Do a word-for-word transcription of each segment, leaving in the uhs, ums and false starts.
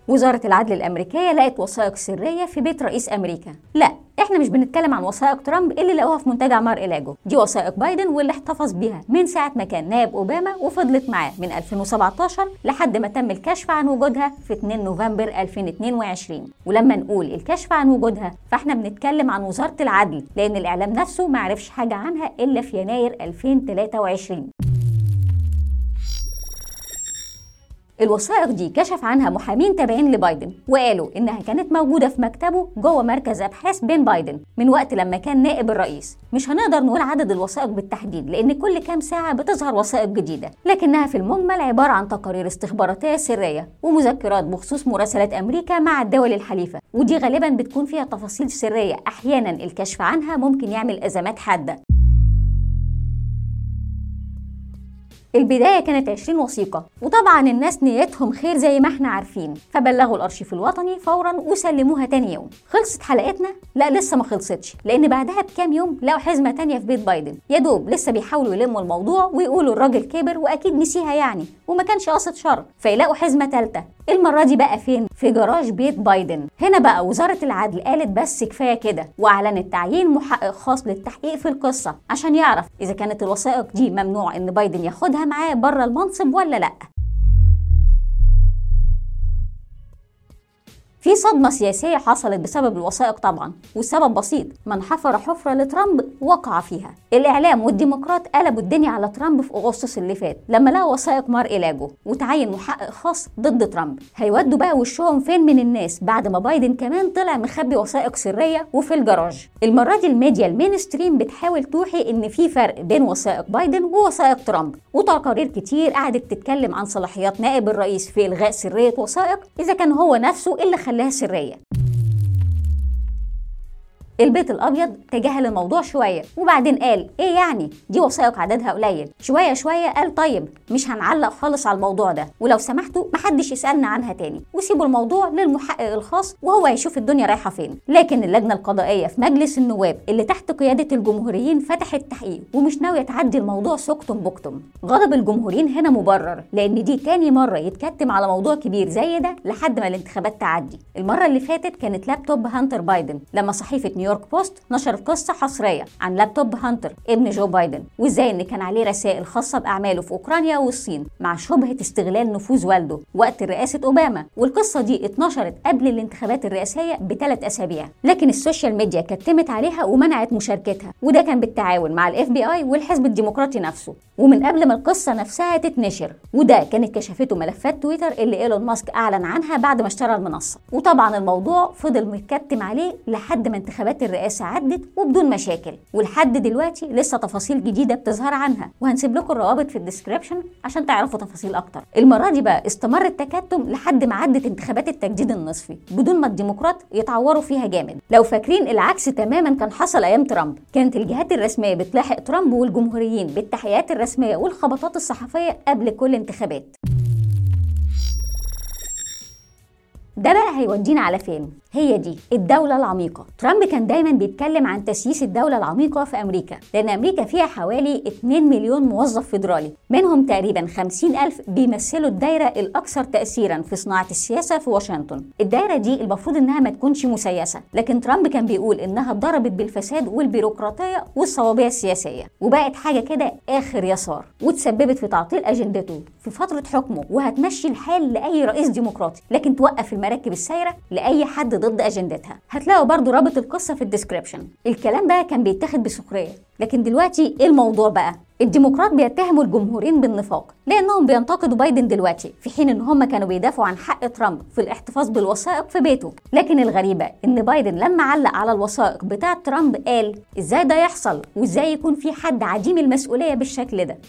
وزارة العدل الأمريكية لقت وثائق سرية في بيت رئيس أمريكا. لا، احنا مش بنتكلم عن وثائق ترامب اللي لقوها في منتجع مار إلاجو، دي وثائق بايدن واللي احتفظ بيها من ساعة ما كان نائب أوباما، وفضلت معاه من ألفين وسبعتاشر لحد ما تم الكشف عن وجودها في اتنين نوفمبر ألفين واتنين وعشرين. ولما نقول الكشف عن وجودها فاحنا بنتكلم عن وزارة العدل، لأن الإعلام نفسه ما عرفش حاجة عنها إلا في يناير ألفين وتلاتة وعشرين. الوثائق دي كشف عنها محامين تابعين لبايدن، وقالوا انها كانت موجوده في مكتبه جوه مركز ابحاث بين بايدن من وقت لما كان نائب الرئيس. مش هنقدر نقول عدد الوثائق بالتحديد لان كل كام ساعه بتظهر وثائق جديده، لكنها في المجمل عباره عن تقارير استخباراتيه سريه ومذكرات بخصوص مراسلات امريكا مع الدول الحليفه، ودي غالبا بتكون فيها تفاصيل سريه احيانا الكشف عنها ممكن يعمل ازمات حاده. البداية كانت عشرين وثيقة، وطبعا الناس نيتهم خير زي ما احنا عارفين، فبلغوا الأرشيف الوطني فورا وسلموها تاني يوم. خلصت حلقتنا؟ لا لسه ما خلصتش، لأن بعدها بكام يوم لقوا حزمة تانية في بيت بايدن. يا دوب لسه بيحاولوا يلموا الموضوع ويقولوا الراجل كبر وأكيد نسيها يعني وما كانش قاصد شر، فيلاقوا حزمة تالتة. المرة دي بقى فين؟ في جراج بيت بايدن. هنا بقى وزارة العدل قالت بس كفاية كده، وأعلنت تعيين محقق خاص للتحقيق في القصة عشان يعرف إذا كانت الوثائق دي ممنوع إن بايدن ياخدها معاه بره المنصب ولا لأ. في صدمة سياسية حصلت بسبب الوثائق طبعا، والسبب بسيط، من حفر حفرة لترامب وقع فيها. الإعلام والديمقراط قلبوا الدنيا على ترامب في أغسطس اللي فات لما لقوا وثائق مار إلاجو وتعين محقق خاص ضد ترامب. هيودوا بقى وشهم فين من الناس بعد ما بايدن كمان طلع مخبي وثائق سرية وفي الجراج؟ المرة دي الميديا المينستريم بتحاول توحي إن في فرق بين وثائق بايدن ووثائق ترامب، وتقارير كتير قعدت تتكلم عن صلاحيات نائب الرئيس في إلغاء سرية وثائق إذا كان هو نفسه اللي خلاها سرية. البيت الابيض تجاهل الموضوع شويه وبعدين قال ايه يعني دي وثائق عددها قليل. شويه شويه قال طيب مش هنعلق خالص على الموضوع ده، ولو سمحتوا محدش يسالنا عنها تاني، وسيبوا الموضوع للمحقق الخاص وهو هيشوف الدنيا رايحه فين. لكن اللجنه القضائيه في مجلس النواب اللي تحت قياده الجمهوريين فتحت تحقيق ومش ناويه تعدي الموضوع سكتم بكتم. غضب الجمهوريين هنا مبرر لان دي تاني مره يتكتم على موضوع كبير زي ده لحد ما الانتخابات تعدي. المره اللي فاتت كانت لابتوب هانتر بايدن لما صحيفه نيويورك بوست نشرت قصه حصريه عن لابتوب هانتر ابن جو بايدن، وازاي ان كان عليه رسائل خاصه باعماله في اوكرانيا والصين مع شبهه استغلال نفوذ والده وقت رئاسه اوباما. والقصه دي اتنشرت قبل الانتخابات الرئاسيه بثلاث اسابيع، لكن السوشيال ميديا كتمت عليها ومنعت مشاركتها، وده كان بالتعاون مع الاف بي اي والحزب الديمقراطي نفسه ومن قبل ما القصه نفسها تتنشر. وده كانت كشفته ملفات تويتر اللي ايلون ماسك اعلن عنها بعد ما اشترى المنصه. وطبعا الموضوع فضل متكتم عليه لحد ما انتخابات الرئاسه عدت وبدون مشاكل، ولحد دلوقتي لسه تفاصيل جديده بتظهر عنها، وهنسيب لكم الروابط في الديسكريبشن عشان تعرفوا تفاصيل اكتر. المره دي بقى استمر التكتم لحد ما عدت انتخابات التجديد النصفي بدون ما الديمقراط يتعوروا فيها جامد. لو فاكرين العكس تماما كان حصل ايام ترامب، كانت الجهات الرسميه بتلاحق ترامب والجمهوريين بالتحيات الرسميه والخبطات الصحفيه قبل كل انتخابات. ده بقى هيودينا على فين؟ هي دي الدولة العميقة. ترامب كان دايما بيتكلم عن تسييس الدولة العميقة في أمريكا، لأن أمريكا فيها حوالي اتنين مليون موظف فيدرالي، منهم تقريبا خمسين ألف بيمثلوا الدايرة الأكثر تأثيرا في صناعة السياسة في واشنطن. الدايرة دي المفروض إنها ما تكونش مسيسة، لكن ترامب كان بيقول إنها ضربت بالفساد والبيروقراطية والصوابية السياسية، وبقت حاجة كده آخر يسار، وتسببت في تعطيل أجندته في فترة حكمه، وهتمشي الحال لأي رئيس ديمقراطي، لكن توقف المراكب السايرة لأي حد ضد اجندتها. هتلاقوا برضو رابط القصه في الديسكريبشن. الكلام ده كان بيتاخد بسخريه، لكن دلوقتي ايه الموضوع بقى؟ الديمقراط بيتهموا الجمهوريين بالنفاق لانهم بينتقدوا بايدن دلوقتي، في حين ان هم كانوا بيدافعوا عن حق ترامب في الاحتفاظ بالوثائق في بيته. لكن الغريبه ان بايدن لما علق على الوثائق بتاعه ترامب قال ازاي ده يحصل وازاي يكون في حد عديم المسؤوليه بالشكل ده.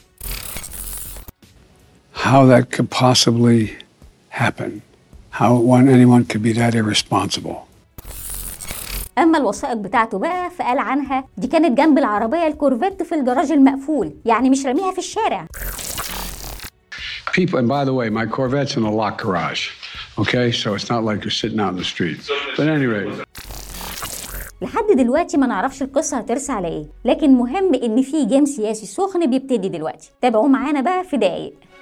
How that could possibly happen. How one anyone could be that irresponsible. اما الوثائق بتاعته بقى فقال عنها دي كانت جنب العربيه الكورفيت في الجراج المقفول، يعني مش راميها في الشارع. People, and by the way, my Corvette's in a locked garage. Okay, so it's not like you're sitting out in the street. But anyway. لحد دلوقتي ما نعرفش القصه هترسى على ايه، لكن مهم ان في جيم سياسي سخن بيبتدي دلوقتي. تابعوه معانا بقى في دقايق.